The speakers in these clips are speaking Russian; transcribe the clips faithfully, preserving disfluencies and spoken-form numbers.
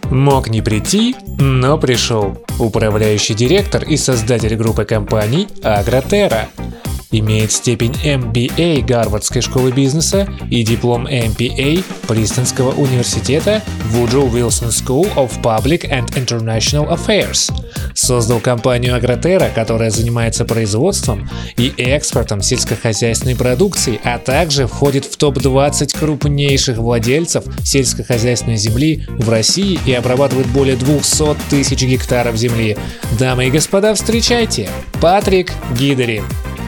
Мог не прийти, но пришел. Управляющий директор и создатель группы компаний Агротерра. Имеет степень эм би эй Гарвардской школы бизнеса и диплом эм пи эй Принстонского университета Woodrow Wilson School of Public and International Affairs. Создал компанию Агротерра, которая занимается производством и экспортом сельскохозяйственной продукции, а также входит в топ двадцать крупнейших владельцев сельскохозяйственной земли в России и обрабатывает более двухсот тысяч гектаров земли. Дамы и господа, встречайте, Патрик Гидерин.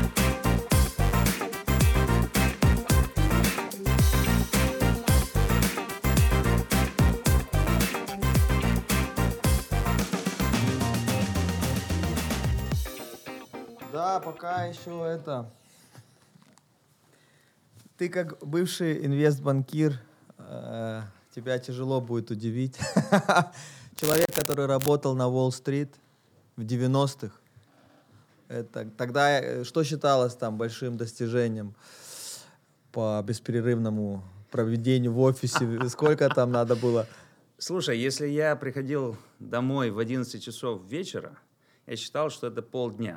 Да, пока еще это... Ты как бывший инвестбанкир, э, тебя тяжело будет удивить. Человек, который работал на Уолл-стрит в девяностых, это, тогда что считалось там большим достижением по беспрерывному проведению в офисе? Сколько там надо было? Слушай, если я приходил домой в одиннадцать часов вечера, я считал, что это полдня.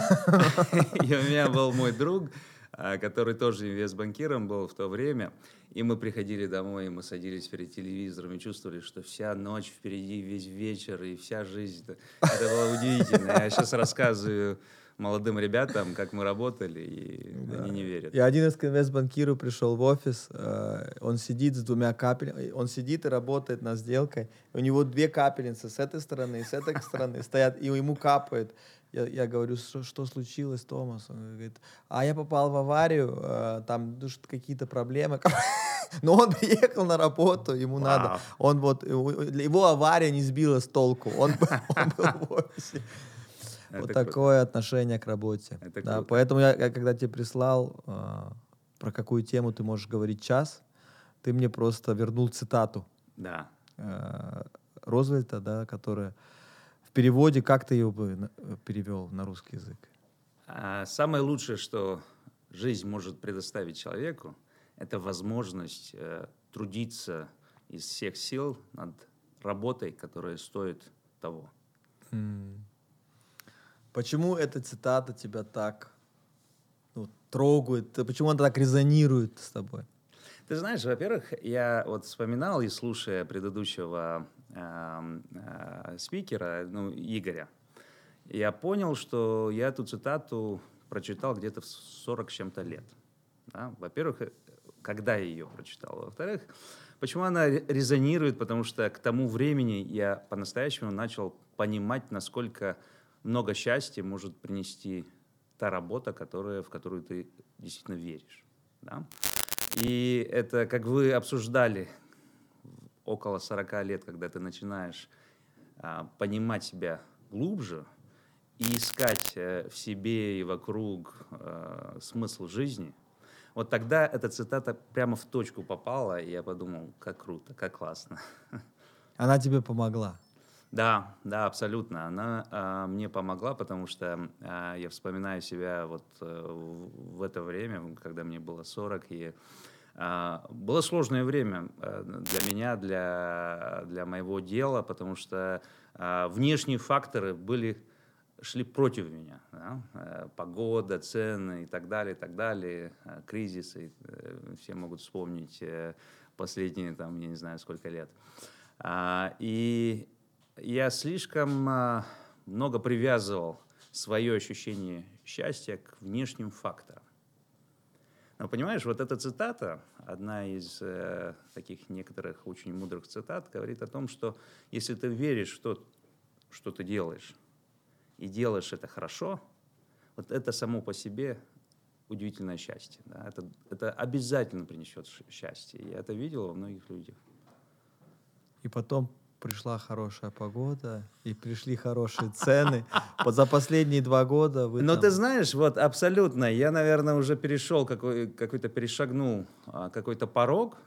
И у меня был мой друг, который тоже инвестбанкиром был в то время. И мы приходили домой, и мы садились перед телевизором и чувствовали, что вся ночь впереди, весь вечер и вся жизнь. Это было удивительно. Я сейчас рассказываю молодым ребятам, как мы работали, и да. Они не верят. И один из инвестбанкиров пришел в офис, э, он сидит с двумя капельницами, он сидит и работает над сделкой, у него две капельницы с этой стороны и с этой стороны стоят, и ему капает. Я, я говорю, что, что случилось, Томас? Он говорит, а я попал в аварию, э, там какие-то проблемы. Но он приехал на работу, ему надо. Он вот, его авария не сбила с толку, он был в офисе. Это вот такое круто. Отношение к работе. Да, поэтому я, я, когда тебе прислал, э, про какую тему ты можешь говорить час, ты мне просто вернул цитату. Да. Э, Рузвельта, да, которая в переводе, как ты ее бы перевел на русский язык? А, самое лучшее, что жизнь может предоставить человеку, это возможность э, трудиться из всех сил над работой, которая стоит того. Mm. Почему эта цитата тебя так ну, трогает? Почему она так резонирует с тобой? Ты знаешь, во-первых, я вот вспоминал и слушая предыдущего э, э, спикера, ну, Игоря, я понял, что я эту цитату прочитал где-то в сорок с чем-то лет. Да? Во-первых, когда я ее прочитал. Во-вторых, почему она резонирует? Потому что к тому времени я по-настоящему начал понимать, насколько много счастья может принести та работа, которая, в которую ты действительно веришь. Да? И это, как вы обсуждали около сорока лет, когда ты начинаешь а, понимать себя глубже и искать а, в себе и вокруг а, смысл жизни, вот тогда эта цитата прямо в точку попала, и я подумал, как круто, как классно. Она тебе помогла? Да, да, абсолютно. Она а, мне помогла, потому что а, я вспоминаю себя вот а, в, в это время, когда мне было сорок, и а, было сложное время а, для меня, для, для моего дела, потому что а, внешние факторы были, шли против меня. Да? А, погода, цены и так далее, и так далее, а, кризисы. А, все могут вспомнить а, последние, там, я не знаю, сколько лет. А, и я слишком а, много привязывал свое ощущение счастья к внешним факторам. Но понимаешь, вот эта цитата, одна из э, таких некоторых очень мудрых цитат, говорит о том, что если ты веришь в то, что ты делаешь, и делаешь это хорошо, вот это само по себе удивительное счастье. Да? Это, это обязательно принесет счастье. Я это видел во многих людях. И потом пришла хорошая погода, и пришли хорошие цены. За последние два года вы Но там... ты знаешь, вот абсолютно, я, наверное, уже перешел, какой, какой-то перешагнул какой-то порог,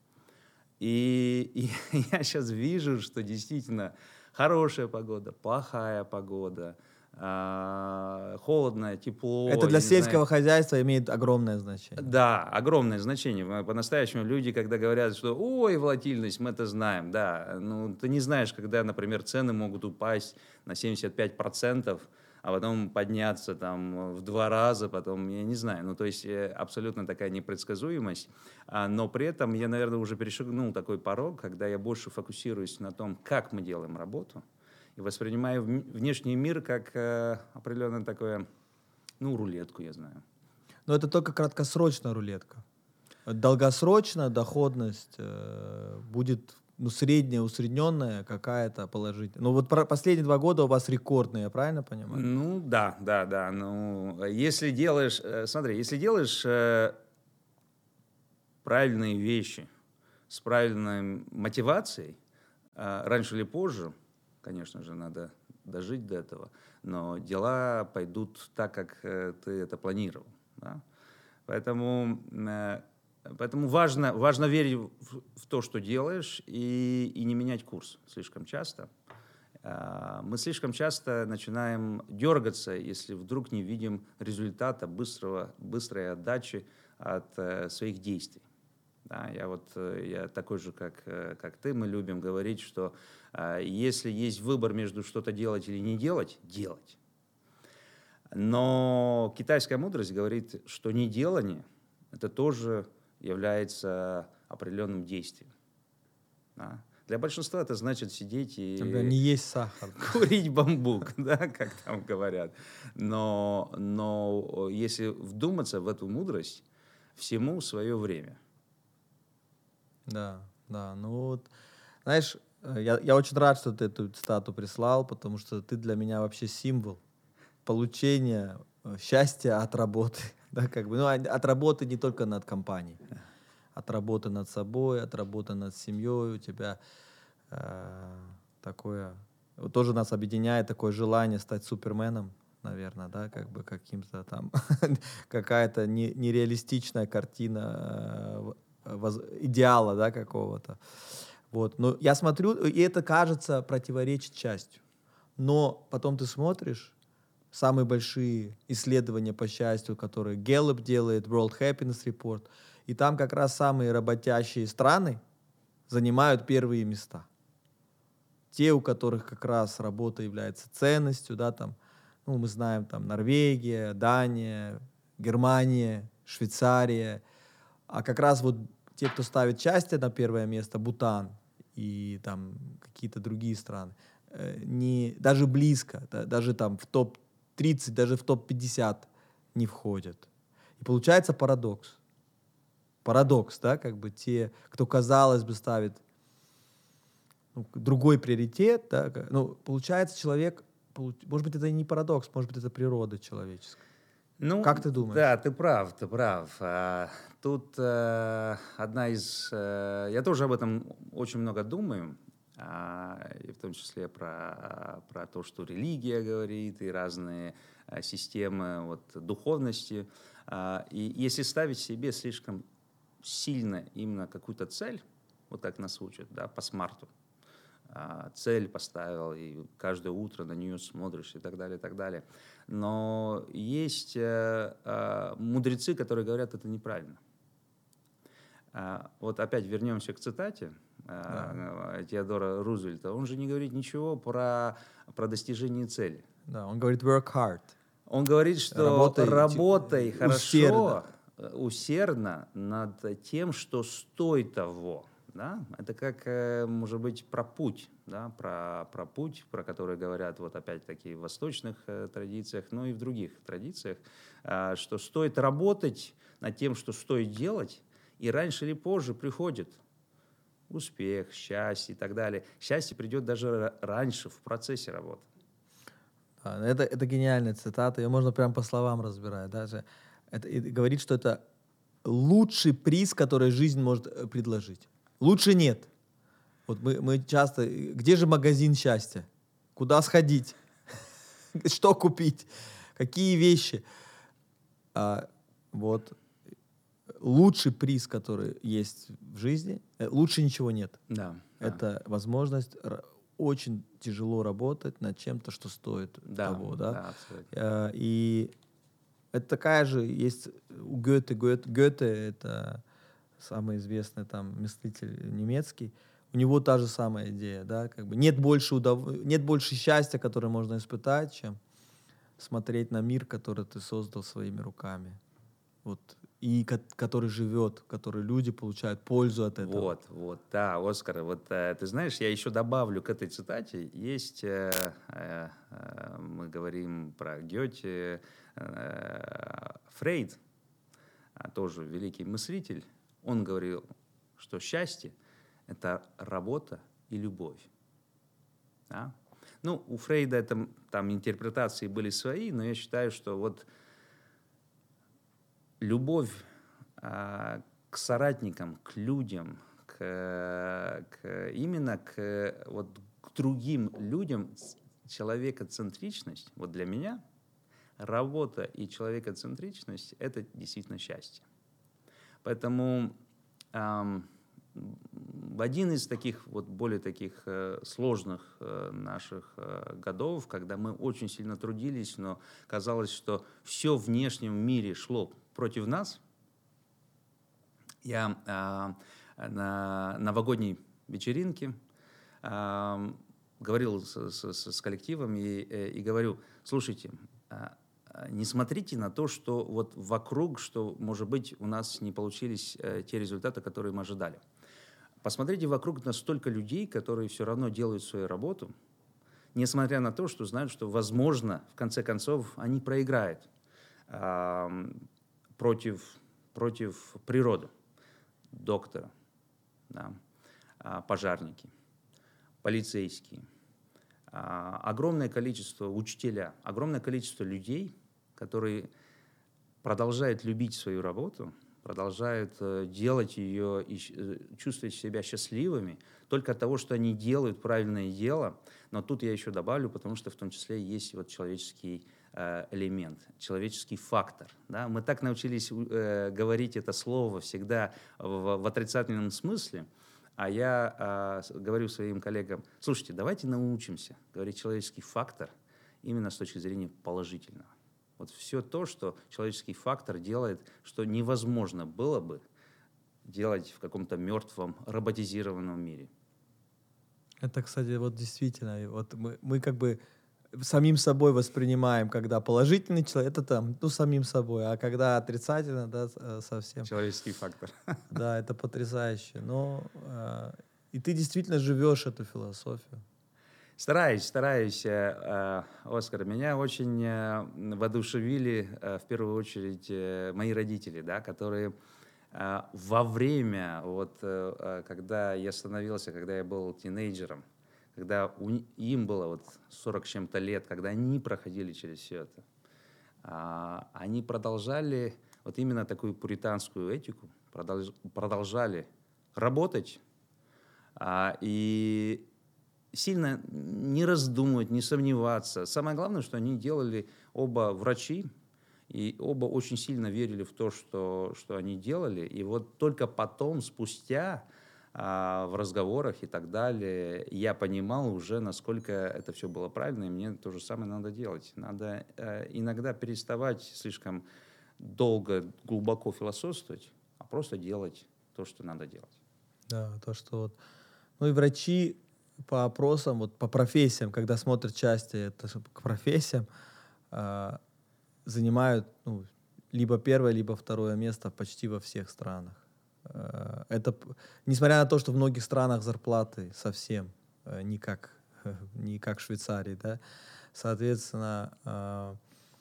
и, и я сейчас вижу, что действительно хорошая погода, плохая погода, а, холодно, тепло. Это для я не сельского знаю. хозяйства имеет огромное значение. Да, огромное значение. По-настоящему люди, когда говорят, что ой, волатильность, мы это знаем, да. Ну, ты не знаешь, когда, например, цены могут упасть на семьдесят пять процентов, а потом подняться там в два раза, потом, я не знаю. Ну, то есть э, абсолютно такая непредсказуемость. А, но при этом я, наверное, уже перешагнул такой порог, когда я больше фокусируюсь на том, как мы делаем работу, и воспринимаю вн- внешний мир как э, определенное такое, ну, рулетку, я знаю. Но это только краткосрочная рулетка. Долгосрочная доходность э, будет ну, средняя, усредненная какая-то положительная. Ну вот про- последние два года у вас рекордные, я правильно понимаю? Ну, да, да, да. Ну, если делаешь, э, смотри, если делаешь э, правильные вещи с правильной мотивацией, э, раньше или позже, конечно же, надо дожить до этого, но дела пойдут так, как э, ты это планировал. Да? Поэтому, э, поэтому важно, важно верить в, в то, что делаешь, и, и не менять курс слишком часто. А, Мы слишком часто начинаем дергаться, если вдруг не видим результата быстрого, быстрой отдачи от э, своих действий. Да, я вот э, я такой же, как, э, как ты, мы любим говорить, что э, если есть выбор между что-то делать или не делать, делать. Но китайская мудрость говорит, что неделание – это тоже является определенным действием. Да. Для большинства это значит сидеть Например, и не есть сахар. курить бамбук, да, как там говорят. Но, но если вдуматься в эту мудрость, всему свое время. Да, да. Ну вот, знаешь, э, я, я очень рад, что ты эту цитату прислал, потому что ты для меня вообще символ получения э, счастья от работы. Да, как бы, ну, а- от работы не только над компанией, от работы над собой, от работы над семьей. У тебя э, такое, вот тоже нас объединяет такое желание стать суперменом, наверное, да, как бы каким-то там, какая-то не- нереалистичная картина э, воз- идеала, да, какого-то. Вот, но я смотрю, и это кажется противоречит счастью. Но потом ты смотришь, самые большие исследования по счастью, которые Gallup делает, World Happiness Report, и там как раз самые работящие страны занимают первые места. Те, у которых как раз работа является ценностью, да, там, ну, мы знаем, там, Норвегия, Дания, Германия, Швейцария, а как раз вот те, кто ставит счастье на первое место, Бутан и там какие-то другие страны, э, не, даже близко, да, даже там в топ тридцать, даже в топ пятьдесят не входят. И получается парадокс. Парадокс, да, как бы те, кто, казалось бы, ставит ну, другой приоритет, да, ка- ну, получается человек, получ- может быть, это и не парадокс, может быть, это природа человеческая. Ну, Как ты думаешь? да, ты прав, ты прав. А, Тут э, одна из... э, Я тоже об этом очень много думаю, а, и в том числе про, про то, что религия говорит, и разные а, системы вот, духовности. А, И если ставить себе слишком сильно именно какую-то цель, вот как нас учат, да, по смарту, а, цель поставил, и каждое утро на нее смотришь и так далее, и так далее. Но есть э, э, мудрецы, которые говорят, это неправильно. А, вот опять вернемся к цитате Да. э, Теодора Рузвельта. Он же не говорит ничего про, про достижение цели. Да, он говорит work hard. Он говорит, что Работай, работай ти- хорошо, усердно. э, усердно над тем, что стоит того. Да? Это как, э, может быть, про путь, да? про, про путь, про который говорят вот опять-таки в восточных э, традициях, но и в других традициях, э, что стоит работать над тем, что стоит делать, и раньше или позже приходит успех, счастье и так далее. Счастье придет даже ра- раньше, в процессе работы. А, Это, это гениальная цитата, ее можно прям по словам разбирать. Даже это, и говорит, что это лучший приз, который жизнь может э, предложить. Лучше нет. Вот мы, мы часто... э, Где же магазин счастья? Куда сходить? Что купить? Какие вещи? А, вот лучший приз, который есть в жизни, э, лучше ничего нет. Да, да. Это возможность р- очень тяжело работать над чем-то, что стоит Да, того, да. да, абсолютно. Э, И это такая же есть у Гёте. Гёте, Гёте это самый известный там мыслитель немецкий. У него та же самая идея, да, как бы нет больше удов... нет больше счастья, которое можно испытать, чем смотреть на мир, который ты создал своими руками, вот, и ко- который живет, который люди получают пользу от этого. Вот, вот, да, Оскар, вот э, ты знаешь, я еще добавлю к этой цитате, есть, э, э, э, мы говорим про Гёте, э, Фрейд, а, тоже великий мыслитель, он говорил, что счастье — это работа и любовь. Да? Ну, у Фрейда это, там интерпретации были свои, но я считаю, что вот любовь а, к соратникам, к людям, к, к- именно к, вот, к другим людям, с- человекоцентричность, вот для меня работа и человекоцентричность — это действительно счастье. Поэтому ам, в один из таких вот более таких э, сложных э, наших э, годов, когда мы очень сильно трудились, но казалось, что все в внешнем мире шло против нас, я а, на новогодней вечеринке а, говорил с, с- с- с коллективом и, э, и говорю, слушайте, а, а, не смотрите на то, что вот вокруг, что, может быть, у нас не получились э, те результаты, которые мы ожидали. Посмотрите вокруг на столько людей, которые все равно делают свою работу, несмотря на то, что знают, что, возможно, в конце концов, они проиграют а, против, против природы, доктора, да, а, пожарники, полицейские, а, огромное количество учителя, огромное количество людей, которые продолжают любить свою работу, продолжают э, делать ее и щ- э, чувствовать себя счастливыми только от того, что они делают правильное дело. Но тут я еще добавлю, потому что в том числе есть вот человеческий э, элемент, человеческий фактор. Да? Мы так научились э, говорить это слово всегда в, в отрицательном смысле, а я а, с- говорю своим коллегам, слушайте, давайте научимся говорить человеческий фактор именно с точки зрения положительного. Вот все то, что человеческий фактор делает, что невозможно было бы делать в каком-то мертвом, роботизированном мире. Это, кстати, вот действительно, и вот мы, мы как бы самим собой воспринимаем, когда положительный человек, это там, ну, самим собой, а когда отрицательно, да, с- э, совсем. Человеческий фактор. Да, это потрясающе. Но э, и ты действительно живешь эту философию. Стараюсь, стараюсь, э, э, Оскар. Меня очень э, воодушевили, э, в первую очередь, э, мои родители, да, которые э, во время, вот, э, э, когда я становился, когда я был тинейджером, когда у ни- им было вот сорок с чем-то лет, когда они проходили через все это, а, они продолжали вот именно такую пуританскую этику, продолж- продолжали работать, а, и сильно не раздумывать, не сомневаться. Самое главное, что они делали оба врачи, и оба очень сильно верили в то, что, что они делали. И вот только потом, спустя, а, в разговорах и так далее, я понимал уже, насколько это все было правильно, и мне то же самое надо делать. Надо э, иногда переставать слишком долго, глубоко философствовать, а просто делать то, что надо делать. Да, то, что вот. Ну и врачи по опросам, вот по профессиям, когда смотрят части это ж к профессиям, а, занимают ну, либо первое, либо второе место почти во всех странах. Э, Это, п- несмотря на то, что в многих странах зарплаты совсем э, не как, не как в Швейцарии, да, соответственно, а,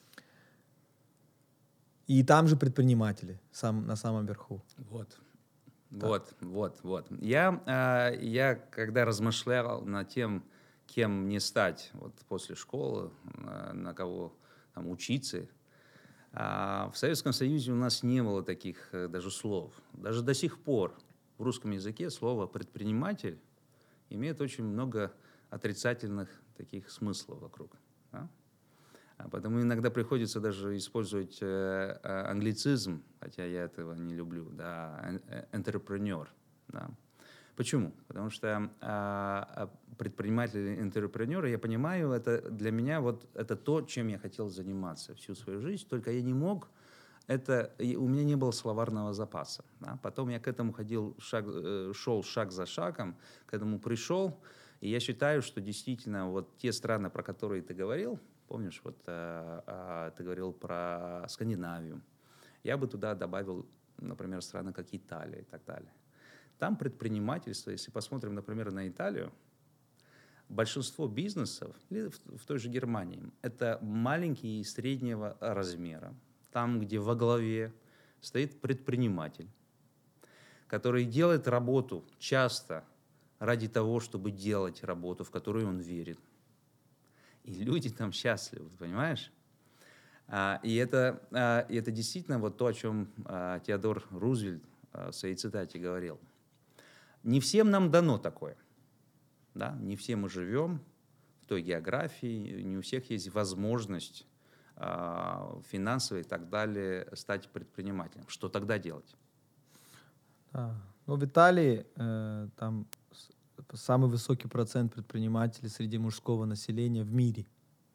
и там же предприниматели сам, на самом верху. Вот. Вот, вот, вот. Я, а, я когда размышлял над тем, кем мне стать вот после школы, на, на кого там, учиться, а, в Советском Союзе у нас не было таких э, даже слов. Даже до сих пор в русском языке слово «предприниматель» имеет очень много отрицательных таких смыслов вокруг. Да? А Потому иногда приходится даже использовать э, э, англицизм, хотя я этого не люблю, да, эн- э, entrepreneur, да. Почему? Потому что а, предприниматели, интерпренеры, я понимаю, это для меня вот это то, чем я хотел заниматься всю свою жизнь, только я не мог, это, у меня не было словарного запаса. Да? Потом я к этому ходил, шаг, шел шаг за шагом, к этому пришел, и я считаю, что действительно вот те страны, про которые ты говорил, помнишь, вот а, а, ты говорил про Скандинавию, я бы туда добавил, например, страны как Италия и так далее. Там предпринимательство, если посмотрим, например, на Италию, большинство бизнесов, или в, в той же Германии, это маленькие и среднего размера. Там, где во главе стоит предприниматель, который делает работу часто ради того, чтобы делать работу, в которую он верит. И люди там счастливы, понимаешь? А, и, это, а, и это действительно вот то, о чем а, Теодор Рузвельт а, в своей цитате говорил. Не всем нам дано такое. Да? Не все мы живем в той географии, не у всех есть возможность э, финансовая и так далее стать предпринимателем. Что тогда делать? Да. Ну, в Италии э, там самый высокий процент предпринимателей среди мужского населения в мире.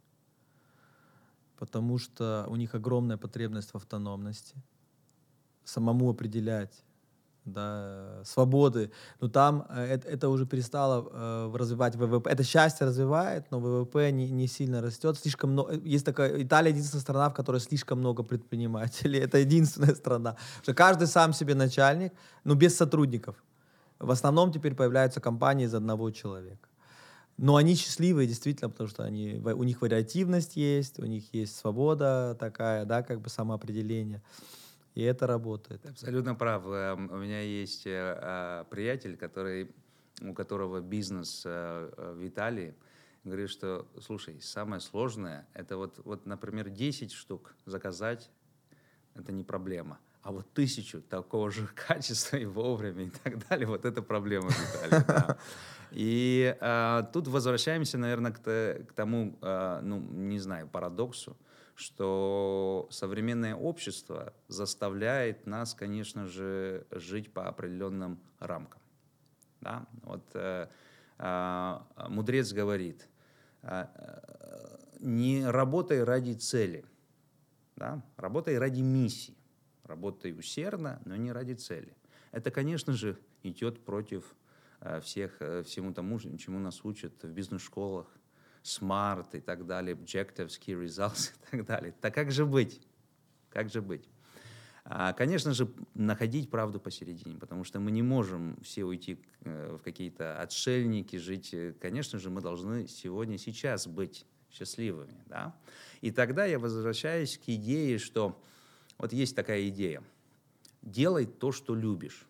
Потому что у них огромная потребность в автономности, самому определять, да, свободы. Но там э, это, это уже перестало э, развивать ВВП. Это счастье развивает, но ВВП не, не сильно растет. Слишком много. Есть такая Италия единственная страна, в которой слишком много предпринимателей. Это единственная страна, что каждый сам себе начальник, но без сотрудников. В основном теперь появляются компании из одного человека. Но они счастливые действительно, потому что они, у них вариативность есть, у них есть свобода такая, да, как бы самоопределение. И это работает. Ты абсолютно прав. У меня есть приятель, который, у которого бизнес в Италии, говорит, что, слушай, самое сложное, это вот, вот, например, десять штук заказать, это не проблема. А вот тысячу такого же качества и вовремя и так далее, вот это проблема в Италии. Да. И а, тут возвращаемся, наверное, к, к тому, а, ну, не знаю, парадоксу, что современное общество заставляет нас, конечно же, жить по определенным рамкам. Да? Вот, э, э, мудрец говорит, э, не работай ради цели, да? Работай ради миссии, работай усердно, но не ради цели. Это, конечно же, идет против э, всех, э, всему тому, чему нас учат в бизнес-школах, смарт и так далее, objectives, key results и так далее. Так как же быть? Как же быть? А, конечно же, находить правду посередине, потому что мы не можем все уйти в какие-то отшельники, жить. Конечно же, мы должны сегодня, сейчас быть счастливыми. Да? И тогда я возвращаюсь к идее, что вот есть такая идея. Делай то, что любишь.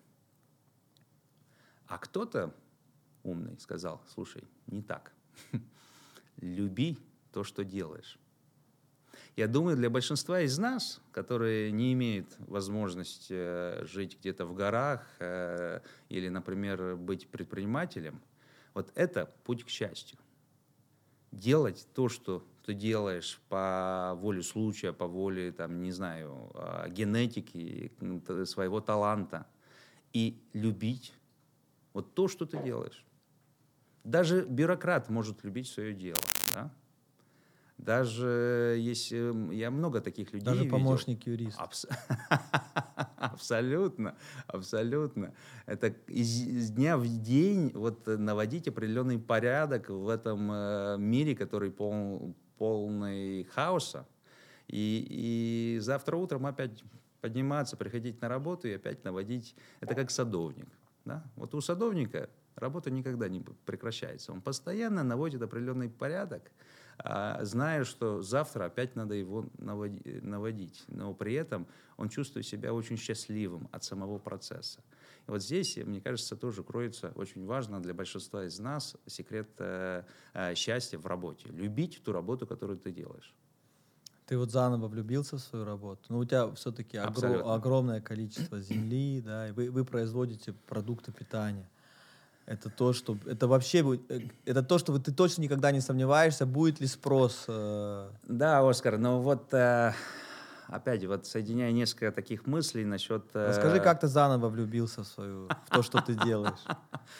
А кто-то умный сказал, слушай, не так. Люби то, что делаешь. Я думаю, для большинства из нас, которые не имеют возможности жить где-то в горах э, или, например, быть предпринимателем, вот это путь к счастью. Делать то, что ты делаешь по воле случая, по воле, там, не знаю, генетики, своего таланта, и любить вот то, что ты делаешь. Даже бюрократ может любить свое дело. Да? Даже есть... Я много таких людей Даже видел. помощник юриста. Абс... Абсолютно, абсолютно. Это из, из дня в день вот, наводить определенный порядок в этом э, мире, который пол, полный хаоса. И, и завтра утром опять подниматься, приходить на работу и опять наводить... Это как садовник. Да? Вот у садовника работа никогда не прекращается. Он постоянно наводит определенный порядок, зная, что завтра опять надо его наводить. Но при этом он чувствует себя очень счастливым от самого процесса. И вот здесь, мне кажется, тоже кроется очень важно для большинства из нас секрет счастья в работе. Любить ту работу, которую ты делаешь. Ты вот заново влюбился в свою работу, но у тебя все-таки огр- огромное количество земли, да, и вы, вы производите продукты питания. Это то, что это вообще это то, что ты точно никогда не сомневаешься, будет ли спрос. Э... Да, Оскар, но вот э, опять вот соединяя несколько таких мыслей насчет. Э... Расскажи, как ты заново влюбился в свою в то, что ты делаешь.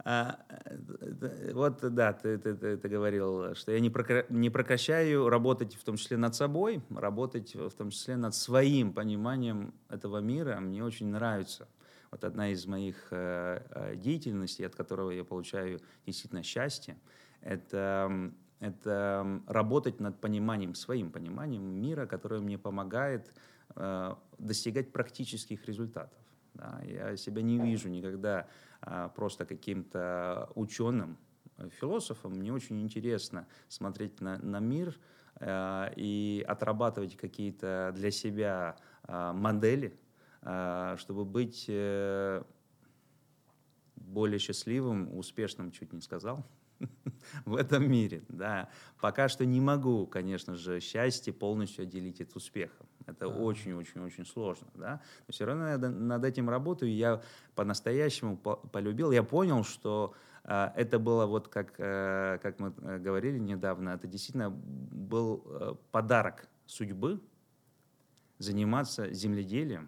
А, вот, да, ты, ты, ты, ты говорил, что я не, прокра- не прекращаю работать в том числе над собой, работать в том числе над своим пониманием этого мира. Мне очень нравится. Вот одна из моих э, э, деятельностей, от которого я получаю действительно счастье, это, это работать над пониманием, своим пониманием мира, которое мне помогает э, достигать практических результатов. Да, я себя не вижу никогда а, просто каким-то ученым, философом. Мне очень интересно смотреть на, на мир а, и отрабатывать какие-то для себя а, модели, а, чтобы быть э, более счастливым, успешным, чуть не сказал, в этом мире. Да. Пока что не могу, конечно же, счастье полностью отделить от успеха. Это очень-очень-очень сложно. Да. Но все равно я над этим работаю. Я по-настоящему по полюбил. Я понял, что э, это было, вот как, э, как мы говорили недавно, это действительно был э, подарок судьбы заниматься земледелием.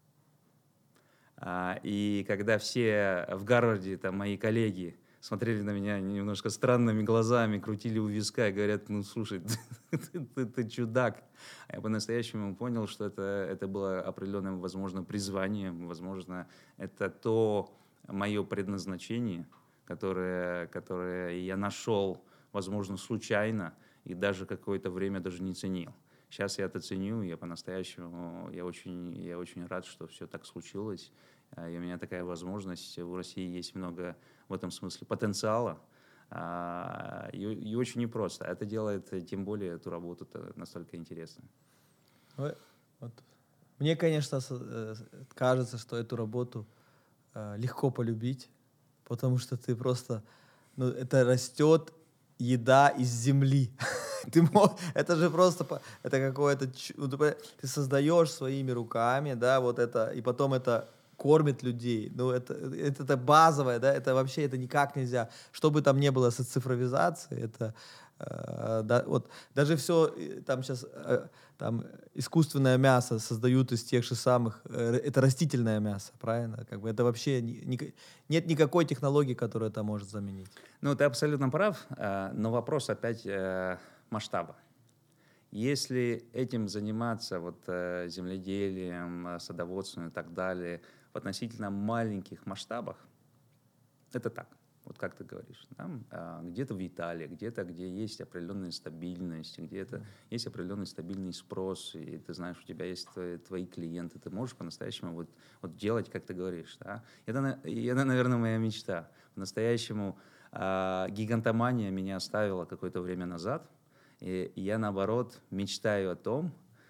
А, и когда все в Гарварде, там, мои коллеги, смотрели на меня немножко странными глазами, крутили у виска и говорят: ну, слушай, ты, ты, ты, ты чудак. А я по-настоящему понял, что это, это было определенным, возможно, призванием, возможно, это то мое предназначение, которое, которое я нашел, возможно, случайно и даже какое-то время даже не ценил. Сейчас я это ценю, я по-настоящему, я очень, я очень рад, что все так случилось. И у меня такая возможность. В России есть много в этом смысле потенциала. И, и очень непросто. Это делает тем более эту работу настолько интересной. Вот. Мне, конечно, кажется, что эту работу легко полюбить, потому что ты просто... Ну, это растет еда из земли. Ты мог, это же просто, это какое-то, ну, ты, ты создаешь своими руками, да, вот это, и потом это кормит людей. Ну, это, это, это базовое, да, это вообще, это никак нельзя. Что бы там ни было с цифровизацией, это, э, да, вот, даже все, там сейчас, э, там, искусственное мясо создают из тех же самых, э, это растительное мясо, правильно? Как бы это вообще, ни, ни, нет никакой технологии, которая это может заменить. Ну, ты абсолютно прав, но вопрос опять масштаба. Если этим заниматься вот, э, земледелием, садоводством и так далее в относительно маленьких масштабах, это так, вот как ты говоришь, да? а, где-то в Италии, где-то, где есть определенная стабильность, где-то есть определенный стабильный спрос, и ты знаешь, у тебя есть твои, твои клиенты, ты можешь по-настоящему вот, вот делать, как ты говоришь. Да? Это, это, наверное, моя мечта. По-настоящему а, гигантомания меня оставила какое-то время назад, и я, наоборот, мечтаю о том,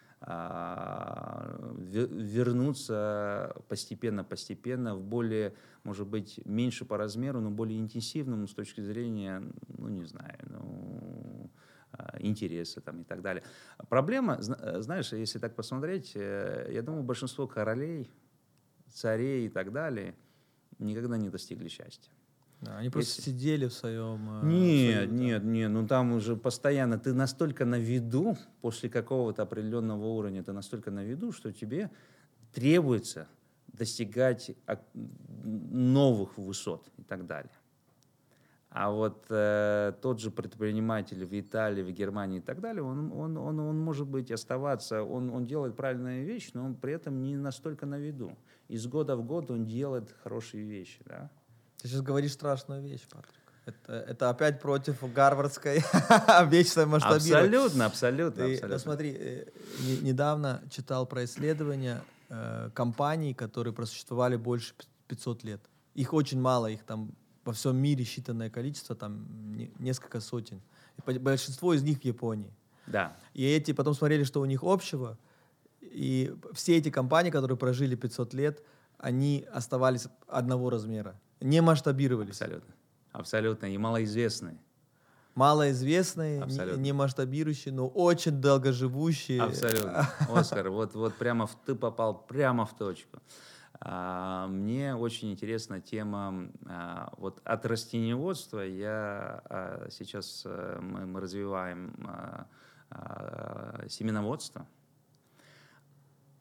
вернуться постепенно-постепенно в более, может быть, меньше по размеру, но более интенсивному с точки зрения, ну, не знаю, ну, интереса там и так далее. Проблема, знаешь, если так посмотреть, я думаю, большинство королей, царей и так далее никогда не достигли счастья. Да, они просто Если... сидели в своем... Нет, в своем, нет, да. нет, ну там уже постоянно, ты настолько на виду, после какого-то определенного уровня, ты настолько на виду, что тебе требуется достигать новых высот и так далее. А вот э, тот же предприниматель в Италии, в Германии и так далее, он, он, он, он может быть оставаться, он, он делает правильные вещи, но он при этом не настолько на виду. Из года в год он делает хорошие вещи, да. Ты сейчас говоришь страшную вещь, Патрик. Это, это опять против гарвардской вечной масштабирования. Абсолютно, абсолютно. Ты, абсолютно. Смотри, э, не, недавно читал про исследования э, компаний, которые просуществовали больше пятисот лет. Их очень мало, их там во всем мире считанное количество, там не, несколько сотен. И большинство из них в Японии. Да. И эти потом смотрели, что у них общего. И все эти компании, которые прожили пятьсот лет, они оставались одного размера. Не масштабировались. Абсолютно. Абсолютно. И малоизвестные. Малоизвестные, не, не масштабирующие, но очень долгоживущие. Абсолютно. Оскар, вот, вот прямо в, ты попал прямо в точку. А, мне очень интересна тема а, вот от растениеводства. Я а, сейчас а, мы, мы развиваем а, а, семеноводство.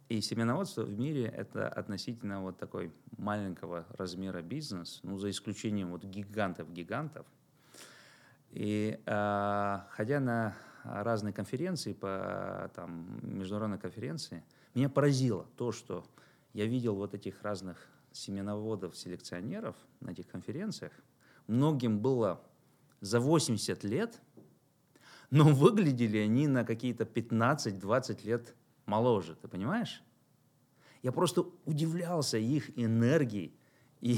И семеноводство в мире — это относительно вот такой маленького размера бизнес, ну, за исключением вот гигантов-гигантов. И э, ходя на разные конференции, по там, международной конференции, меня поразило то, что я видел вот этих разных семеноводов, селекционеров на этих конференциях. Многим было за восемьдесят лет, но выглядели они на какие-то пятнадцать-двадцать лет моложе, ты понимаешь? Я просто удивлялся их энергии. И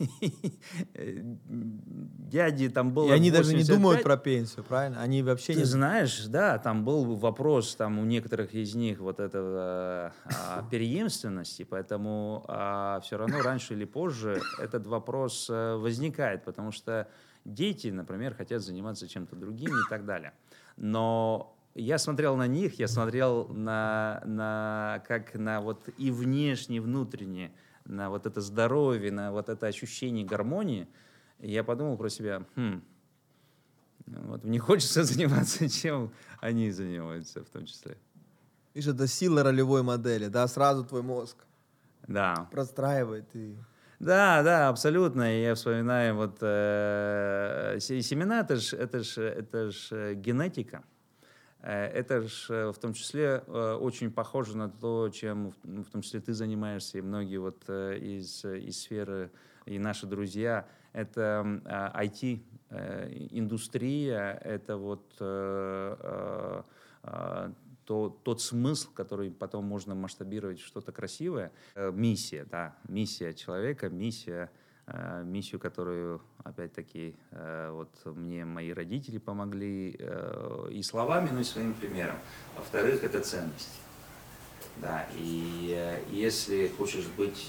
дяди там было И они даже не восемьдесят пять. думают про пенсию, правильно? Они вообще Ты не... знаешь, да, там был вопрос там у некоторых из них вот этого а, преемственности, поэтому а, все равно раньше или позже этот вопрос а, возникает, потому что дети, например, хотят заниматься чем-то другим и так далее. Но я смотрел на них, я смотрел на, на как на вот и внешне, и внутренне, на вот это здоровье, на вот это ощущение гармонии, и я подумал про себя, хм, вот мне хочется заниматься, чем они занимаются в том числе. Видишь, это сила ролевой модели, да, сразу твой мозг Да. простраивает и... Да, да, абсолютно. И я вспоминаю вот э, семена, это же это ж, это ж генетика. Это же в том числе очень похоже на то, чем в том числе ты занимаешься, и многие вот из, из сферы, и наши друзья. Это ай ти-индустрия, это вот то, тот смысл, который потом можно масштабировать в что-то красивое. Миссия, да, миссия человека, миссия, миссию, которую, опять-таки, вот мне мои родители помогли и словами, но и своим примером. Во-вторых, это ценности. Да, и если хочешь быть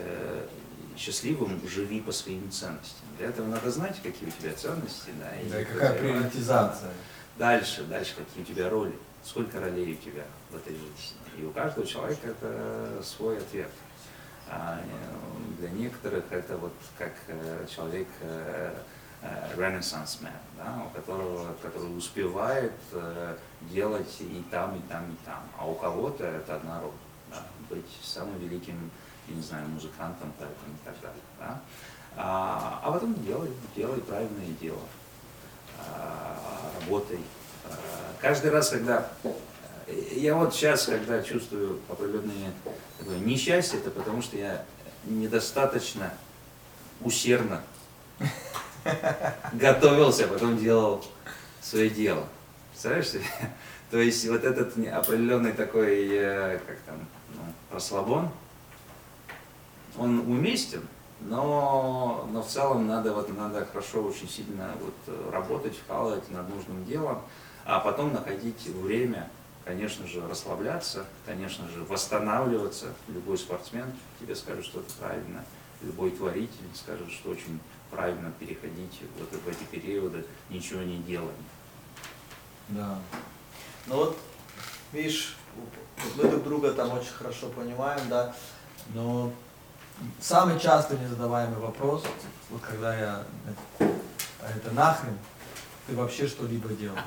счастливым, живи по своим ценностям. Для этого надо знать, какие у тебя ценности. Да, и да, какая приоритизация. Дальше, дальше, какие у тебя роли. Сколько ролей у тебя в этой жизни. И у каждого человека это свой ответ. А для некоторых это вот как человек Renaissance man, да, у которого, который успевает делать и там, и там, и там. А у кого-то это одна роль. Да, быть самым великим, я не знаю, музыкантом, поэтом и так далее. Да. А, а потом делай, делай правильное дело. А, работай. А, каждый раз, когда... Я вот сейчас, когда чувствую определенное такое несчастье, это потому что я недостаточно усердно готовился, а потом делал свое дело. Представляешь себе? То есть вот этот определенный такой, как там, ну, расслабон, он уместен, но, но в целом надо, вот, надо хорошо, очень сильно вот, работать, вкалывать над нужным делом, а потом находить время, конечно же, расслабляться, конечно же, восстанавливаться. Любой спортсмен тебе скажет, что это правильно, любой творитель скажет, что очень правильно переходить вот в эти периоды ничего не делая. Да. Ну вот, видишь, мы друг друга там очень хорошо понимаем, да, но самый часто незадаваемый вопрос, вот когда я, это, это нахрен ты вообще что-либо делаешь?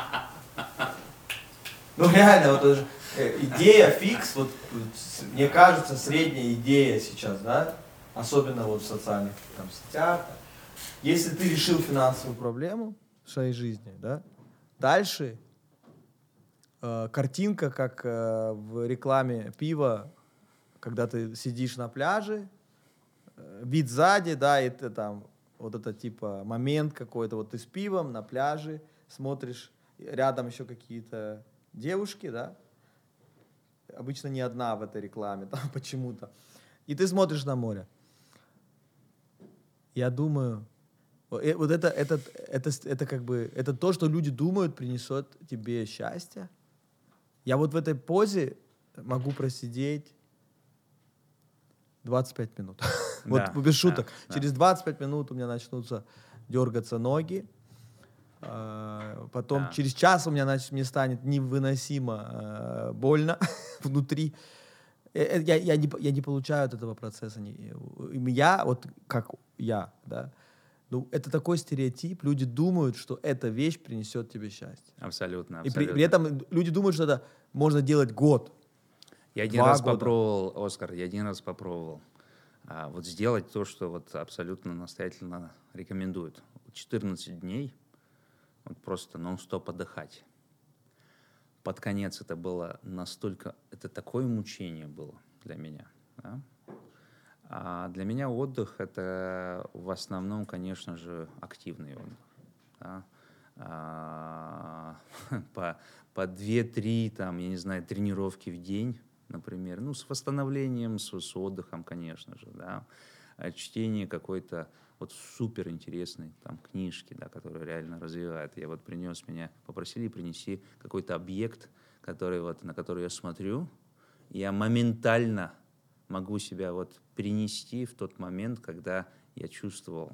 Ну реально, вот даже идея фикс, вот мне кажется, средняя идея сейчас, да, особенно вот в социальных там, сетях. Если ты решил финансовую проблему в своей жизни, да, дальше э, картинка, как э, в рекламе пива, когда ты сидишь на пляже, э, вид сзади, да, и ты там, вот это типа момент какой-то, вот ты с пивом на пляже, смотришь, рядом еще какие-то девушки, да, обычно не одна в этой рекламе, там почему-то, и ты смотришь на море. Я думаю, вот это, это, это, это как бы, это то, что люди думают, принесет тебе счастье. Я вот в этой позе могу просидеть двадцать пять минут. Вот Да, без шуток. да, Через да. двадцать пять минут у меня начнутся дергаться ноги. Потом Да. через час у меня значит, мне станет невыносимо э, больно внутри. Я, я, не, я не получаю от этого процесса. Я, вот как я, да, ну, это такой стереотип. Люди думают, что эта вещь принесет тебе счастье. Абсолютно, И абсолютно. при, при этом люди думают, что это можно делать год. Я один Два раз года. попробовал, Оскар, я один раз попробовал а, вот сделать то, что вот абсолютно настоятельно рекомендуют. четырнадцать дней вот просто нон-стоп отдыхать. Под конец это было настолько, это такое мучение было для меня. Да? А для меня отдых — это в основном, конечно же, активный отдых. Да? А, по, по две-три, там, я не знаю, тренировки в день, например, ну, с восстановлением, с, с отдыхом, конечно же, да, чтение какой-то вот суперинтересной там книжки, да, которая реально развивает. Я вот принес, меня попросили принести какой-то объект, который вот, на который я смотрю, я моментально могу себя вот перенести в тот момент, когда я чувствовал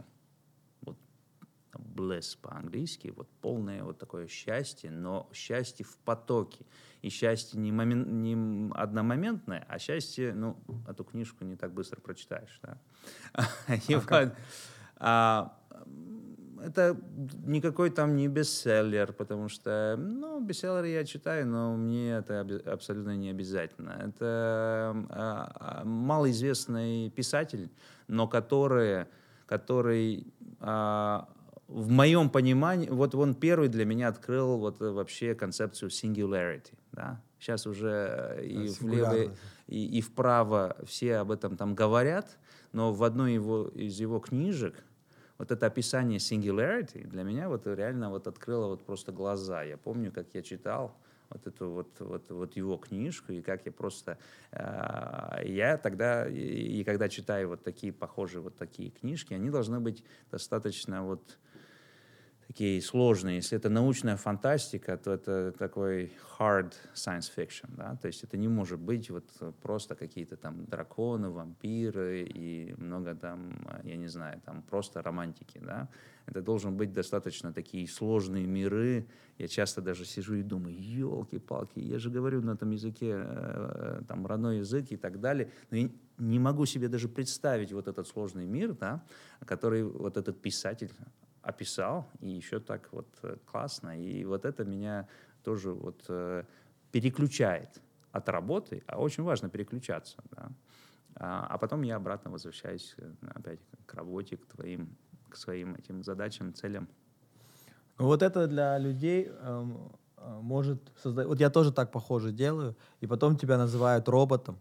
bliss по-английски, вот полное вот такое счастье, но счастье в потоке. И счастье не, момент, не одномоментное, а счастье, ну, эту книжку не так быстро прочитаешь. Да? И А вот, как? а, это никакой там не бестселлер, потому что, ну, бестселлеры я читаю, но мне это оби- абсолютно не обязательно. Это а, а, малоизвестный писатель, но который, который а, в моем понимании, вот он первый для меня открыл вот вообще концепцию singularity. Да? Сейчас уже и влево, и, и вправо все об этом там говорят, но в одной его, из его книжек вот это описание singularity для меня вот реально вот открыло вот просто глаза. Я помню, как я читал вот эту вот, вот, вот его книжку, и как я просто... Э, я тогда, и, и когда читаю вот такие похожие вот такие книжки, они должны быть достаточно вот такие сложные. Если это научная фантастика, то это такой hard science fiction, да, то есть это не может быть вот просто какие-то там драконы, вампиры и много там, я не знаю, там просто романтики, да. Это должен быть достаточно такие сложные миры. Я часто даже сижу и думаю, елки-палки, я же говорю на этом языке, там, родной язык и так далее, но я не могу себе даже представить вот этот сложный мир, да, который вот этот писатель описал, и еще так вот классно. И вот это меня тоже вот э, переключает от работы, а очень важно переключаться. Да? А, а потом я обратно возвращаюсь опять к работе, к твоим, к своим этим задачам, целям. Ну, вот это для людей эм, э, может создать... Вот я тоже так похоже делаю, и потом тебя называют роботом.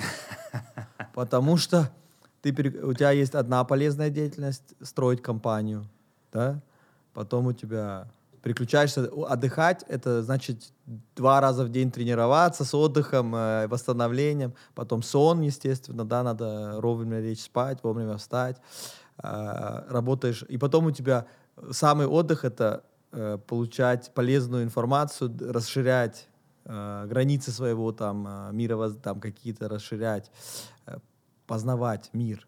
Потому что ты, пере- у тебя есть одна полезная деятельность — строить компанию, да? Потом у тебя переключаешься, у- отдыхать — это значит два раза в день тренироваться с отдыхом, э, восстановлением, потом сон, естественно, да, надо вовремя лечь спать, вовремя встать, э, работаешь, и потом у тебя самый отдых — это э, получать полезную информацию, д- расширять э, границы своего там э, мира, воз- там какие-то расширять, э, познавать мир.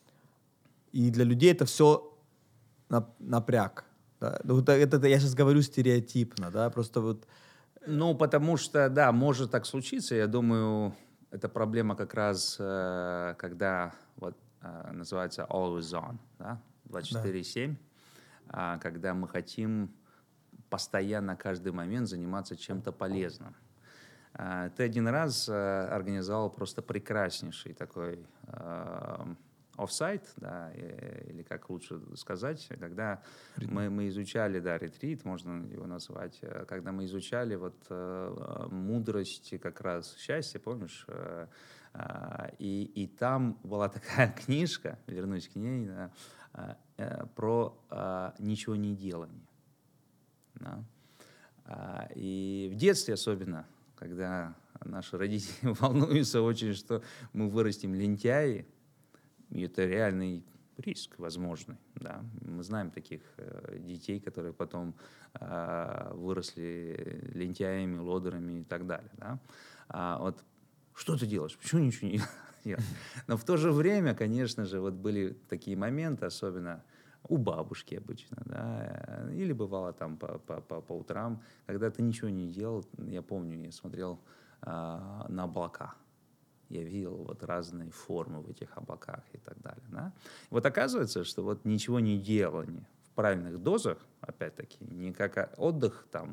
И для людей это все напряг. Да. Ну, это, это я сейчас говорю стереотипно, да, просто вот... Ну, потому что, да, может так случиться. Я думаю, это проблема как раз, э, когда вот э, называется always on, да, двадцать четыре семь, а, когда мы хотим постоянно, каждый момент заниматься чем-то полезным. А, Ты один раз э, организовал просто прекраснейший такой э, офсайт, да, э, или как лучше сказать, когда мы, мы изучали, да, ретрит, можно его назвать, э, когда мы изучали вот э, мудрость как раз счастья, помнишь, э, э, и, и там была такая книжка, вернусь к ней, да, э, э, про э, ничего не делание. Да. А, И в детстве особенно, когда наши родители волнуются очень, что мы вырастим лентяи, и это реальный риск возможный. Да. Мы знаем таких э, детей, которые потом э, выросли лентяями, лодырами и так далее. Да. А вот что ты делаешь? Почему ничего не делаешь? Но в то же время, конечно же, вот были такие моменты, особенно у бабушки обычно, да, или бывало там по, по, по, по утрам, когда ты ничего не делал. Я помню, я смотрел а, на облака. Я видел вот разные формы в этих облаках и так далее. Да? Вот оказывается, что вот ничего не делание в правильных дозах, опять-таки, не как отдых там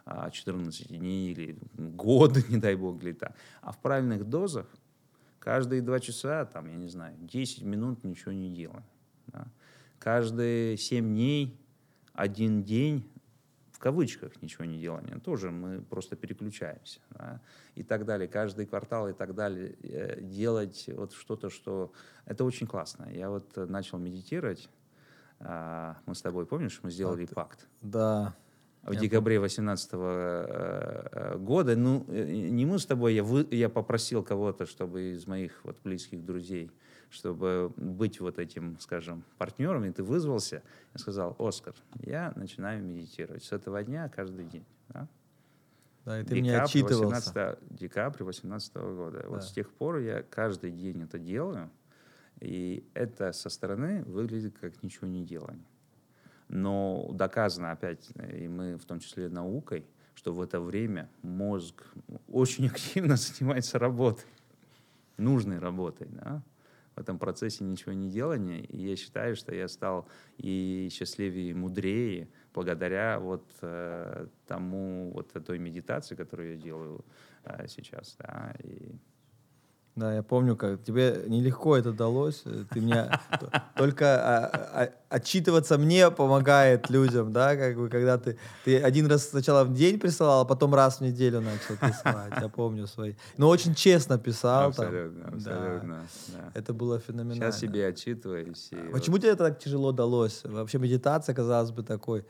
четырнадцать дней или годы, не дай бог, или так. А в правильных дозах каждые два часа, там, я не знаю, десять минут ничего не делаем. Да? Каждые семь дней, один день, в кавычках, ничего не делания, тоже мы просто переключаемся. Да? И так далее. Каждый квартал и так далее. Делать вот что-то, что... Это очень классно. Я вот начал медитировать. Мы с тобой, помнишь, мы сделали пакт? Да. В декабре две тысячи восемнадцатого года. Ну, не мы с тобой, я, вы, я попросил кого-то, чтобы из моих вот близких друзей, чтобы быть вот этим, скажем, партнером, и ты вызвался. Я сказал: Оскар, я начинаю медитировать с этого дня каждый день. Да? Да, и ты мне отчитывался. восемнадцатого декабря две тысячи восемнадцатого года. Да. Вот с тех пор я каждый день это делаю, и это со стороны выглядит как ничего не делание. Но доказано опять, и мы в том числе наукой, что в это время мозг очень активно занимается работой, нужной работой, да? В этом процессе ничего не делания. И я считаю, что я стал и счастливее, и мудрее благодаря вот э, тому, вот той медитации, которую я делаю э, сейчас, да, и... Да, я помню, как тебе нелегко это далось. Ты мне только отчитываться мне помогает людям, да, как бы, когда ты, ты один раз сначала в день присылал, а потом раз в неделю начал писать. Я помню свои. Но очень честно писал. Абсолютно, там. абсолютно. Да. Да. Это было феноменально. Сейчас себе отчитываюсь. И Почему вот... тебе это так тяжело далось? Вообще медитация, казалось бы, такой.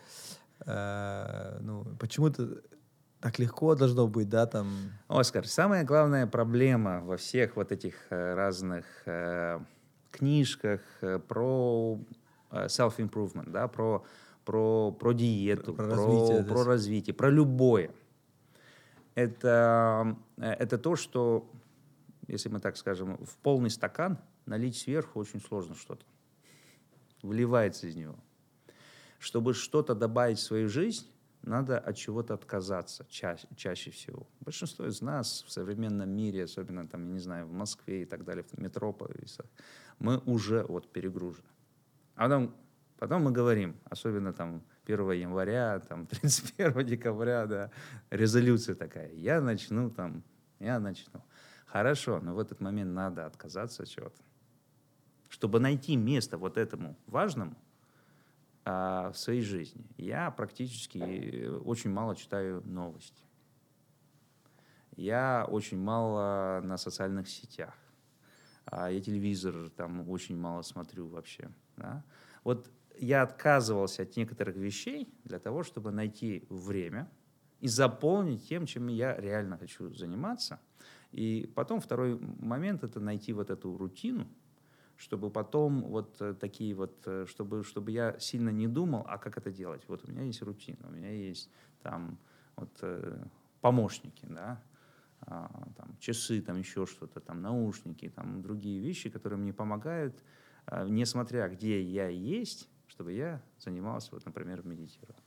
Э, ну, почему ты так легко должно быть, да, там... Оскар, самая главная проблема во всех вот этих э, разных э, книжках э, про э, self-improvement, да, про, про, про диету, Про про, развитие, про, про развитие, про любое. Это, это то, что, если мы так скажем, в полный стакан налить сверху очень сложно что-то. Вливается из него. Чтобы что-то добавить в свою жизнь, надо от чего-то отказаться чаще, чаще всего. Большинство из нас в современном мире, особенно там, я не знаю, в Москве и так далее, в метрополисах, мы уже вот перегружены. А потом, потом мы говорим, особенно там первого января, там тридцать первого декабря, да, резолюция такая: я начну там, я начну. Хорошо, но в этот момент надо отказаться от чего-то. Чтобы найти место вот этому важному, в своей жизни. Я практически очень мало читаю новости. Я очень мало на социальных сетях. Я телевизор там очень мало смотрю вообще. Да? Вот я отказывался от некоторых вещей для того, чтобы найти время и заполнить тем, чем я реально хочу заниматься. И потом второй момент — это найти вот эту рутину, чтобы потом вот такие вот, чтобы, чтобы я сильно не думал, а как это делать. Вот у меня есть рутина, у меня есть там вот помощники, да, там часы, там еще что-то, там наушники, там другие вещи, которые мне помогают, несмотря где я есть, чтобы я занимался, вот, например, медитированием.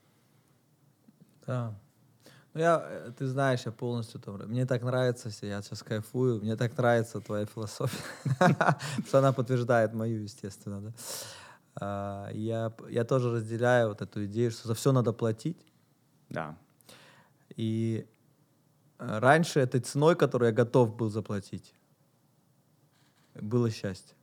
Да. Ну, я, ты знаешь, я полностью там... Мне так нравится, я сейчас кайфую, мне так нравится твоя философия, что она подтверждает мою, естественно, да. Я, я тоже разделяю вот эту идею, что за все надо платить. Да. И раньше этой ценой, которую я готов был заплатить, было счастье.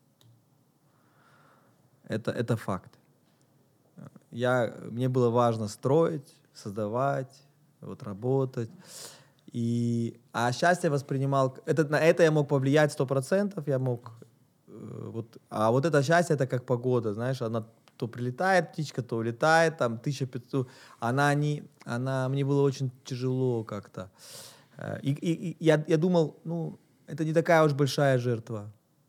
Это, это факт. Я, мне было важно строить, создавать, вот работать. И, а счастье воспринимал... Это, на это я мог повлиять сто процентов, я мог... Э, вот, а вот это счастье, это как погода, знаешь, она то прилетает птичка, то улетает, там, тысяча пятьсот... Она не... Она... Мне было очень тяжело как-то. И, и, и я, я думал, ну, это не такая уж большая жертва.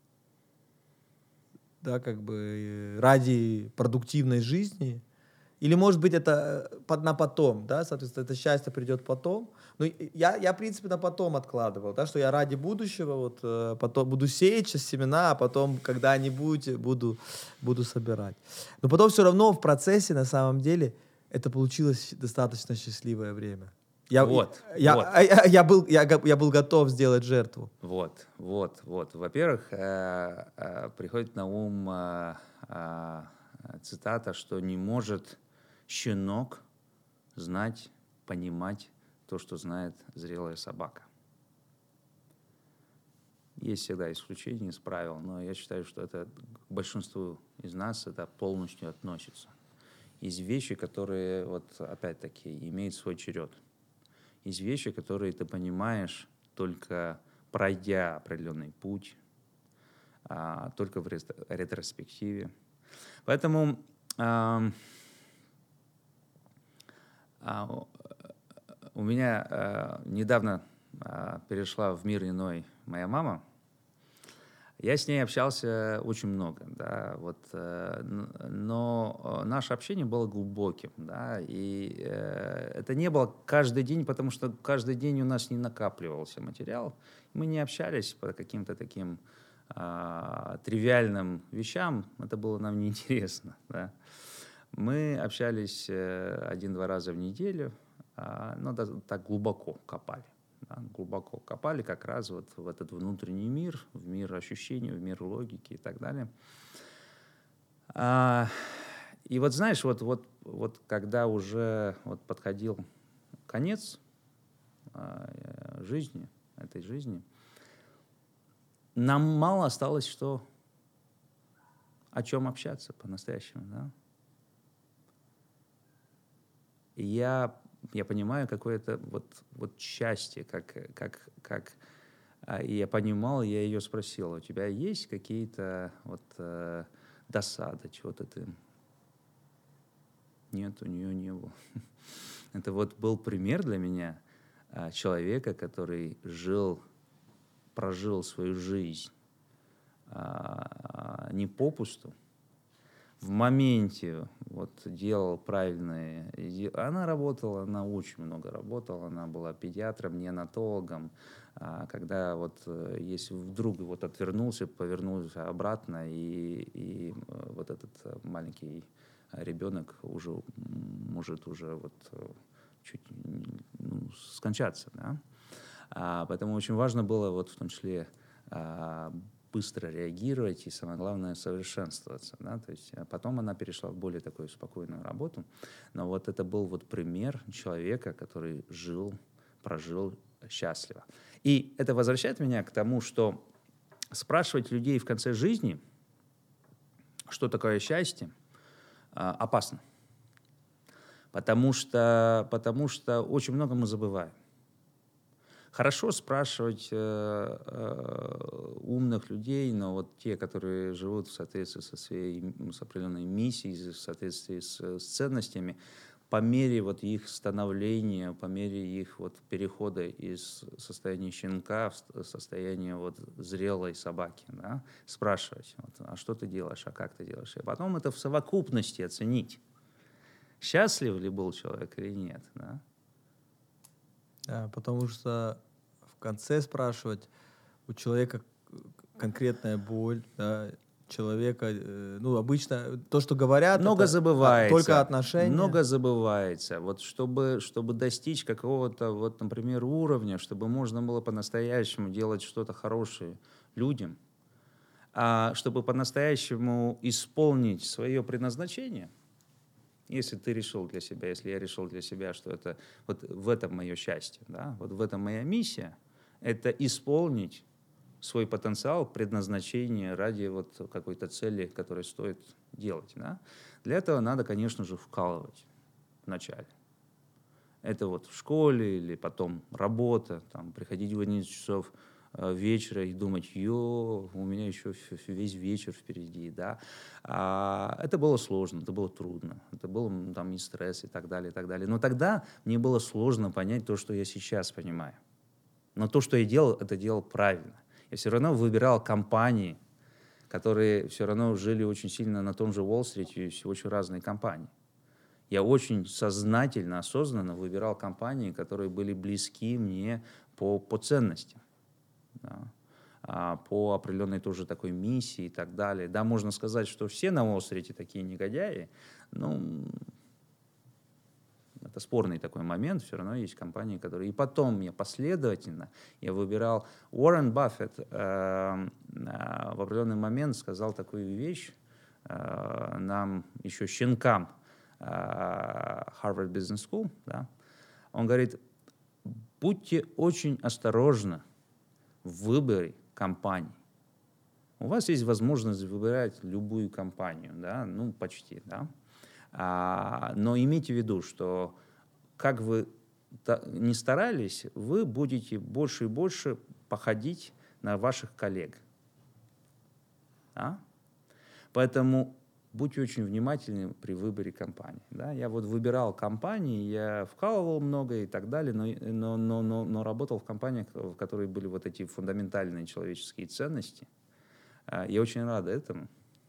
Да, как бы ради продуктивной жизни. Или, может быть, это на потом, да, соответственно, это счастье придет потом. Но я, я, в принципе, на потом откладывал, да, что я ради будущего вот потом буду сеять сейчас семена, а потом когда-нибудь буду, буду собирать. Но потом все равно в процессе, на самом деле, это получилось достаточно счастливое время. Я, вот, я, вот. Я, я, был, я, я был готов сделать жертву. Вот, вот, вот. Во-первых, э, э, приходит на ум э, э, цитата, что не может щенок знать понимать то, что знает зрелая собака. Есть всегда исключения из правил, но я считаю, что это к большинству из нас это полностью относится. Есть вещи, которые, вот опять-таки, имеют свой черед. Есть вещи, которые ты понимаешь, только пройдя определенный путь, а, только в ретроспективе. Поэтому а, а, у меня а, недавно а, перешла в мир иной моя мама. Я с ней общался очень много, да, вот, э, но наше общение было глубоким, да, и э, это не было каждый день, потому что каждый день у нас не накапливался материал, мы не общались по каким-то таким э, тривиальным вещам, это было нам неинтересно, да. Мы общались э, один-два раза в неделю, э, но да, так глубоко копали. Да, глубоко копали как раз вот в этот внутренний мир, в мир ощущений, в мир логики и так далее. А, и вот знаешь, вот, вот, вот когда уже вот подходил конец а, жизни, этой жизни, нам мало осталось, что о чем общаться по-настоящему. Да? И я Я понимаю какое-то вот, вот счастье, как, как, как и я понимал, я ее спросил, у тебя есть какие-то вот э, досады, чего-то ты... Нет, у нее не было. Это вот был пример для меня э, человека, который жил, прожил свою жизнь э, не попусту, в моменте вот делал правильные... Она работала, она очень много работала, она была педиатром, неонатологом. А когда вот если вдруг вот отвернулся, повернулся обратно, и, и вот этот маленький ребенок уже может уже вот чуть ну, скончаться, да? А, поэтому очень важно было вот в том числе а, быстро реагировать и, самое главное, совершенствоваться. Да? То есть потом она перешла в более такую спокойную работу. Но вот это был вот пример человека, который жил, прожил счастливо. И это возвращает меня к тому, что спрашивать людей в конце жизни, что такое счастье, опасно. Потому что, потому что очень много мы забываем. Хорошо спрашивать э, э, умных людей, но вот те, которые живут в соответствии со своей с определенной миссией, в соответствии с, с ценностями, по мере вот их становления, по мере их вот перехода из состояния щенка в состояние вот зрелой собаки, да, спрашивать, вот, а что ты делаешь, а как ты делаешь, и потом это в совокупности оценить, счастлив ли был человек или нет, да. Да, потому что в конце спрашивать у человека конкретная боль, да, человека, э, ну, обычно то, что говорят, много это забывается, только отношения. Много забывается. Вот чтобы, чтобы достичь какого-то, вот, например, уровня, чтобы можно было по-настоящему делать что-то хорошее людям, а чтобы по-настоящему исполнить свое предназначение, если ты решил для себя, если я решил для себя, что это вот в этом мое счастье, да, вот в этом моя миссия, это исполнить свой потенциал, предназначение ради вот какой-то цели, которую стоит делать. Да? Для этого надо, конечно же, вкалывать вначале. Это вот в школе или потом работа, там, приходить в одиннадцать часов вечера и думать, ё, у меня еще весь вечер впереди, да. А это было сложно, это было трудно, это был там и стресс и так далее, и так далее. Но тогда мне было сложно понять то, что я сейчас понимаю. Но то, что я делал, это делал правильно. Я все равно выбирал компании, которые все равно жили очень сильно на том же Уолл-стрите, и все очень разные компании. Я очень сознательно, осознанно выбирал компании, которые были близки мне по, по ценностям. Да, а, по определенной тоже такой миссии и так далее. Да, можно сказать, что все на Уолл-стрите такие негодяи, но это спорный такой момент, все равно есть компании, которые... И потом я последовательно, я выбирал... Уоррен Баффет э, э, в определенный момент сказал такую вещь э, нам, еще щенкам, э, Harvard Business School, да, Он говорит, будьте очень осторожны в выборе компаний. У вас есть возможность выбирать любую компанию, да, ну, почти, да. А, но имейте в виду, что как вы не старались, вы будете больше и больше походить на ваших коллег. Да? Поэтому будьте очень внимательны при выборе компании. Да? Я вот выбирал компании, я вкалывал много и так далее, но, но, но, но, но работал в компаниях, в которых были вот эти фундаментальные человеческие ценности. Я очень рад этому.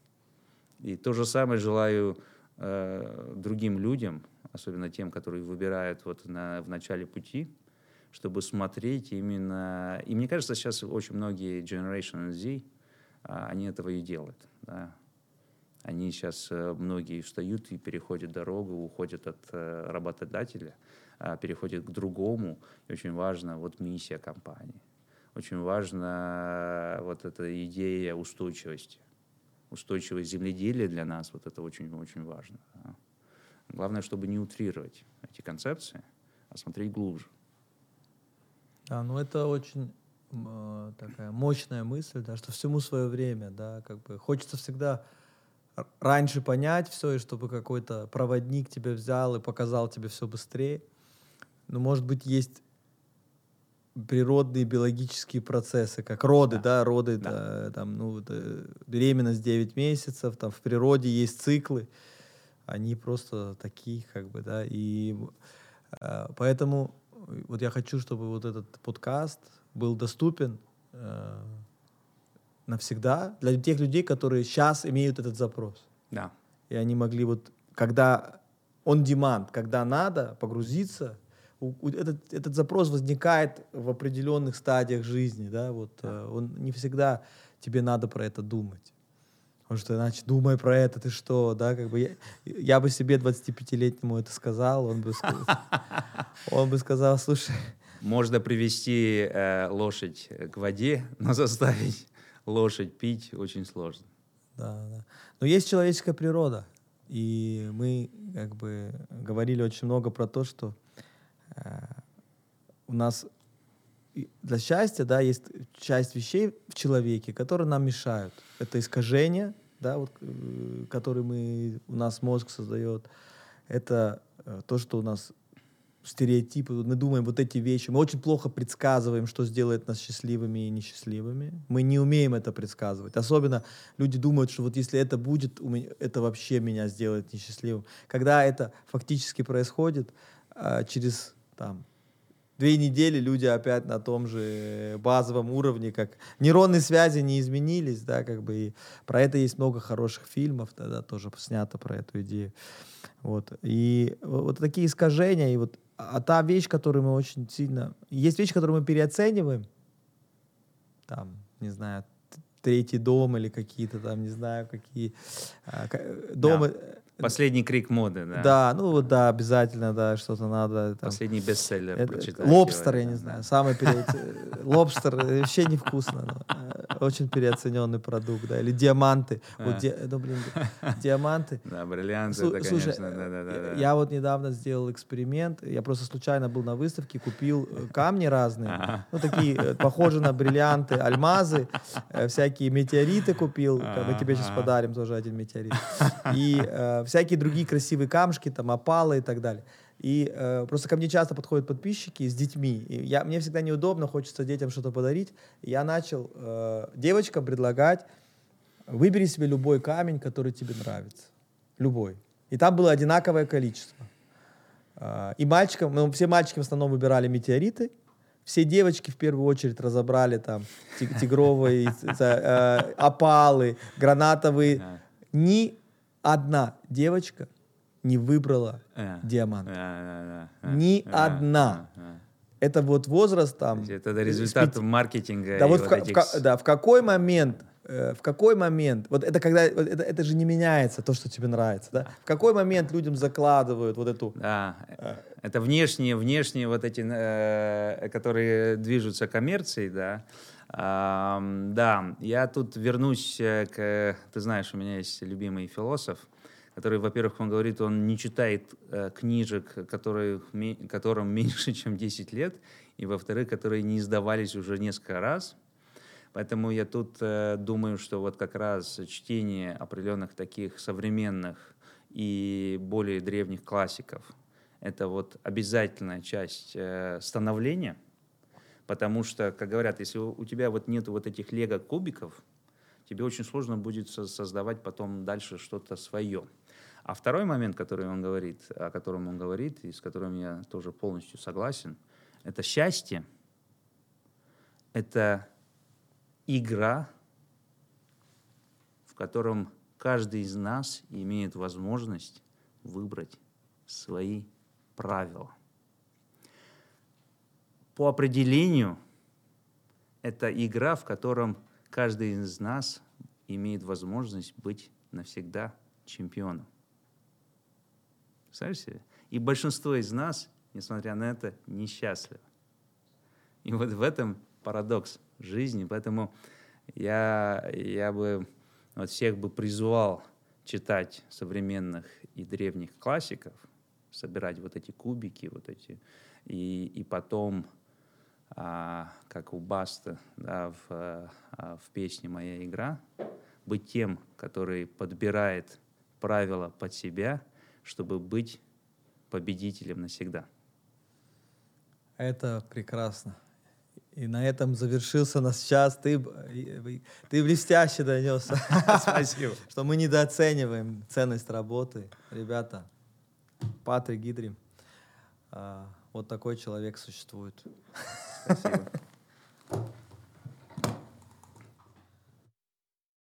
И то же самое желаю э, другим людям, особенно тем, которые выбирают вот на, в начале пути, чтобы смотреть именно... И мне кажется, сейчас очень многие Generation Z, они этого и делают. Да? Они сейчас многие встают и переходят дорогу, уходят от э, работодателя, э, переходят к другому. И очень важна вот миссия компании. Очень важна вот эта идея устойчивости. Устойчивое земледелие для нас, вот это очень-очень важно. Да. Главное, чтобы не утрировать эти концепции, а смотреть глубже. Да, ну это очень э, такая мощная мысль, да, что всему свое время, да, как бы хочется всегда раньше понять все, и чтобы какой-то проводник тебя взял и показал тебе все быстрее. Но, может быть, есть природные биологические процессы, как роды, да, да роды, да. Да, там, ну, да, беременность девять месяцев, там в природе есть циклы, они просто такие, как бы, да, и э, поэтому вот я хочу, чтобы вот этот подкаст был доступен э, навсегда для тех людей, которые сейчас имеют этот запрос. Да. И они могли вот, когда on demand, когда надо погрузиться, Этот, этот запрос возникает в определенных стадиях жизни, да, вот, э, он не всегда тебе надо про это думать. Потому что иначе думай про это, ты что, да, как бы я, я бы себе двадцатипятилетнему это сказал, он бы, он бы сказал, слушай... Можно привести э, лошадь к воде, но заставить лошадь пить очень сложно. Да, да. Но есть человеческая природа, и мы как бы говорили очень много про то, что у нас для счастья, да, есть часть вещей в человеке, которые нам мешают. Это искажения, да, вот, которые мы, у нас мозг создает. Это то, что у нас стереотипы. Мы думаем вот эти вещи. Мы очень плохо предсказываем, что сделает нас счастливыми и несчастливыми. Мы не умеем это предсказывать. Особенно люди думают, что вот если это будет, у меня, это вообще меня сделает несчастливым. Когда это фактически происходит, через там, две недели люди опять на том же базовом уровне, как нейронные связи не изменились, да, как бы, и про это есть много хороших фильмов, тогда тоже снято про эту идею. Вот. И вот такие искажения, и вот, а та вещь, которую мы очень сильно... Есть вещи, которые мы переоцениваем, там, не знаю, третий дом или какие-то там, не знаю, какие... Дома... Да. Последний крик моды, да. Да, ну вот да, обязательно, да, что-то надо. Там, Последний бестселлер это, прочитать. Лобстер, его, я да, не да. знаю, самый переоцененный. Лобстер вообще невкусно, но очень переоцененный продукт, да, или диаманты. Вот, ну, блин, диаманты. Да, бриллианты, это, Слушай, конечно, да-да-да. Я вот недавно сделал эксперимент, я просто случайно был на выставке, купил камни разные, ну, такие, похожие на бриллианты, альмазы, всякие метеориты купил, мы тебе сейчас подарим тоже один метеорит. И всякие другие красивые камушки, там, опалы и так далее. И э, просто ко мне часто подходят подписчики с детьми. И я, мне всегда неудобно, хочется детям что-то подарить. И я начал э, девочкам предлагать, выбери себе любой камень, который тебе нравится. Любой. И там было одинаковое количество. Э, и мальчикам, ну, все мальчики в основном выбирали метеориты. Все девочки в первую очередь разобрали там тигровые, опалы, гранатовые. Ни одна девочка не выбрала yeah. диамант. Yeah, yeah, yeah. Ни yeah, одна. Yeah, yeah. Это вот возраст там... Это результат спи... маркетинга. Да, вот вот в, этих... в, да, в какой момент, э, в какой момент, вот это когда, вот это, это же не меняется, то, что тебе нравится, да? В какой момент людям закладывают вот эту... Да, э, это внешние, внешние вот эти, э, которые движутся коммерцией, да. Uh, да, я тут вернусь к... Ты знаешь, у меня есть любимый философ, который, во-первых, он говорит, он не читает э, книжек, которые, которым меньше, чем десять лет, и, во-вторых, которые не издавались уже несколько раз. Поэтому я тут э, думаю, что вот как раз чтение определенных таких современных и более древних классиков — это вот обязательная часть э, становления, потому что, как говорят, если у, у тебя вот нет вот этих лего-кубиков, тебе очень сложно будет создавать потом дальше что-то свое. А второй момент, который он говорит, о котором он говорит, и с которым я тоже полностью согласен, это счастье, это игра, в котором каждый из нас имеет возможность выбрать свои правила. По определению, это игра, в котором каждый из нас имеет возможность быть навсегда чемпионом. Представляете себе? И большинство из нас, несмотря на это, несчастливы. И вот в этом парадокс жизни. Поэтому я, я бы вот всех бы призвал читать современных и древних классиков, собирать вот эти кубики, вот эти, и, и потом, а, как у Басты, да, в, а, в песне «Моя игра», быть тем, который подбирает правила под себя, чтобы быть победителем навсегда. Это прекрасно. И на этом завершился наш час. Ты, ты блестяще донес. Спасибо. Что мы недооцениваем ценность работы. Ребята, Патрик Гидри, вот такой человек существует. Спасибо.